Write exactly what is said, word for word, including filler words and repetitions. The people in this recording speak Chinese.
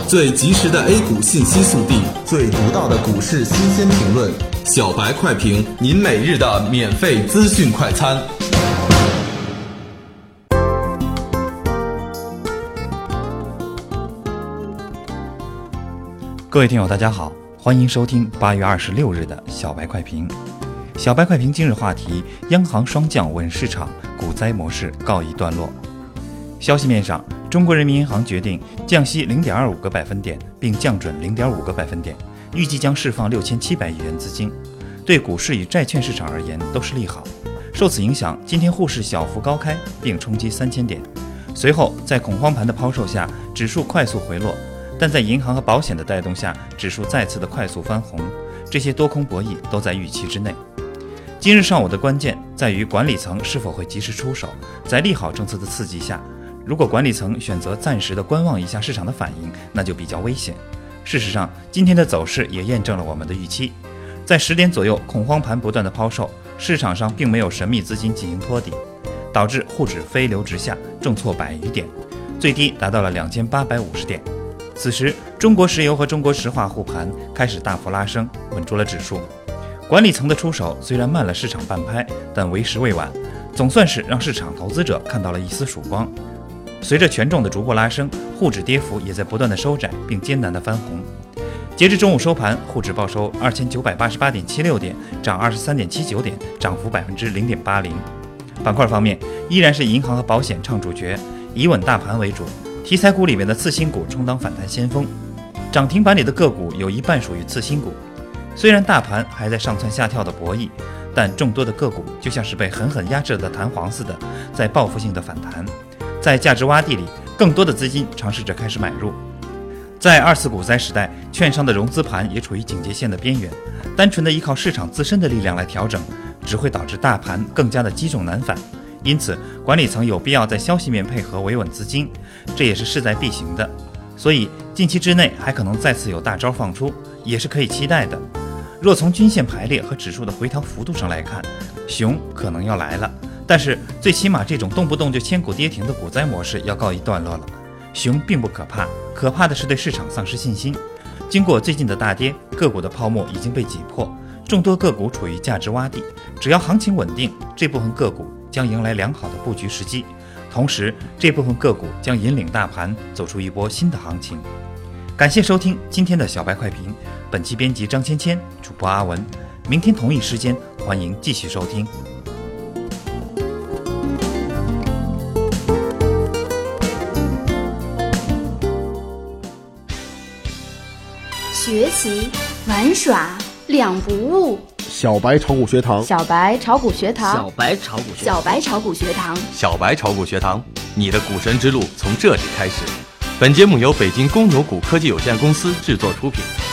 最及时的 A 股信息速递， 最独到的股市新鲜评论， 小白快评，您每日的免费资讯快餐。 各位听友大家好，欢迎收听八月二十六日的小白快评。小白快评今日话题：央行双降稳市场，股灾模式告一段落。消息面上，中国人民银行决定降息 零点二五个百分点，并降准 零点五个百分点，预计将释放六千七百亿元资金，对股市与债券市场而言都是利好。受此影响，今天沪市小幅高开，并冲击三千点。随后，在恐慌盘的抛售下，指数快速回落，但在银行和保险的带动下，指数再次的快速翻红，这些多空博弈都在预期之内。今日上午的关键在于管理层是否会及时出手，在利好政策的刺激下，如果管理层选择暂时的观望一下市场的反应，那就比较危险。事实上，今天的走势也验证了我们的预期。在十点左右，恐慌盘不断的抛售，市场上并没有神秘资金进行托底，导致沪指飞流直下，重挫百余点，最低达到了两千八百五十点。此时，中国石油和中国石化护盘开始大幅拉升，稳住了指数。管理层的出手虽然慢了市场半拍，但为时未晚，总算是让市场投资者看到了一丝曙光。随着权重的逐步拉升，沪指跌幅也在不断的收窄，并艰难的翻红。截至中午收盘，沪指报收二千九百八十八点七六点，涨二十三点七九点，涨幅百分之零点八零。板块方面，依然是银行和保险唱主角，以稳大盘为主，题材股里面的次新股充当反弹先锋，涨停板里的个股有一半属于次新股。虽然大盘还在上蹿下跳的博弈，但众多的个股就像是被狠狠压制的弹簧似的，在报复性的反弹。在价值洼地里，更多的资金尝试着开始买入。在二次股灾时代，券商的融资盘也处于警戒线的边缘，单纯的依靠市场自身的力量来调整，只会导致大盘更加的积重难返。因此，管理层有必要在消息面配合维稳资金，这也是势在必行的。所以，近期之内还可能再次有大招放出，也是可以期待的。若从均线排列和指数的回调幅度上来看，熊可能要来了，但是最起码这种动不动就千股跌停的股灾模式要告一段落了。熊并不可怕，可怕的是对市场丧失信心。经过最近的大跌，个股的泡沫已经被挤破，众多个股处于价值洼地，只要行情稳定，这部分个股将迎来良好的布局时机，同时这部分个股将引领大盘走出一波新的行情。感谢收听今天的小白快评，本期编辑张芊芊，主播阿文。明天同一时间，欢迎继续收听。 学习玩耍两不误。 小白炒股学堂， 小白炒股学堂， 小白炒股学堂， 小白炒股学堂， 小白炒股学堂，你的股神之路从这里开始。本节目由北京公牛股科技有限公司制作出品。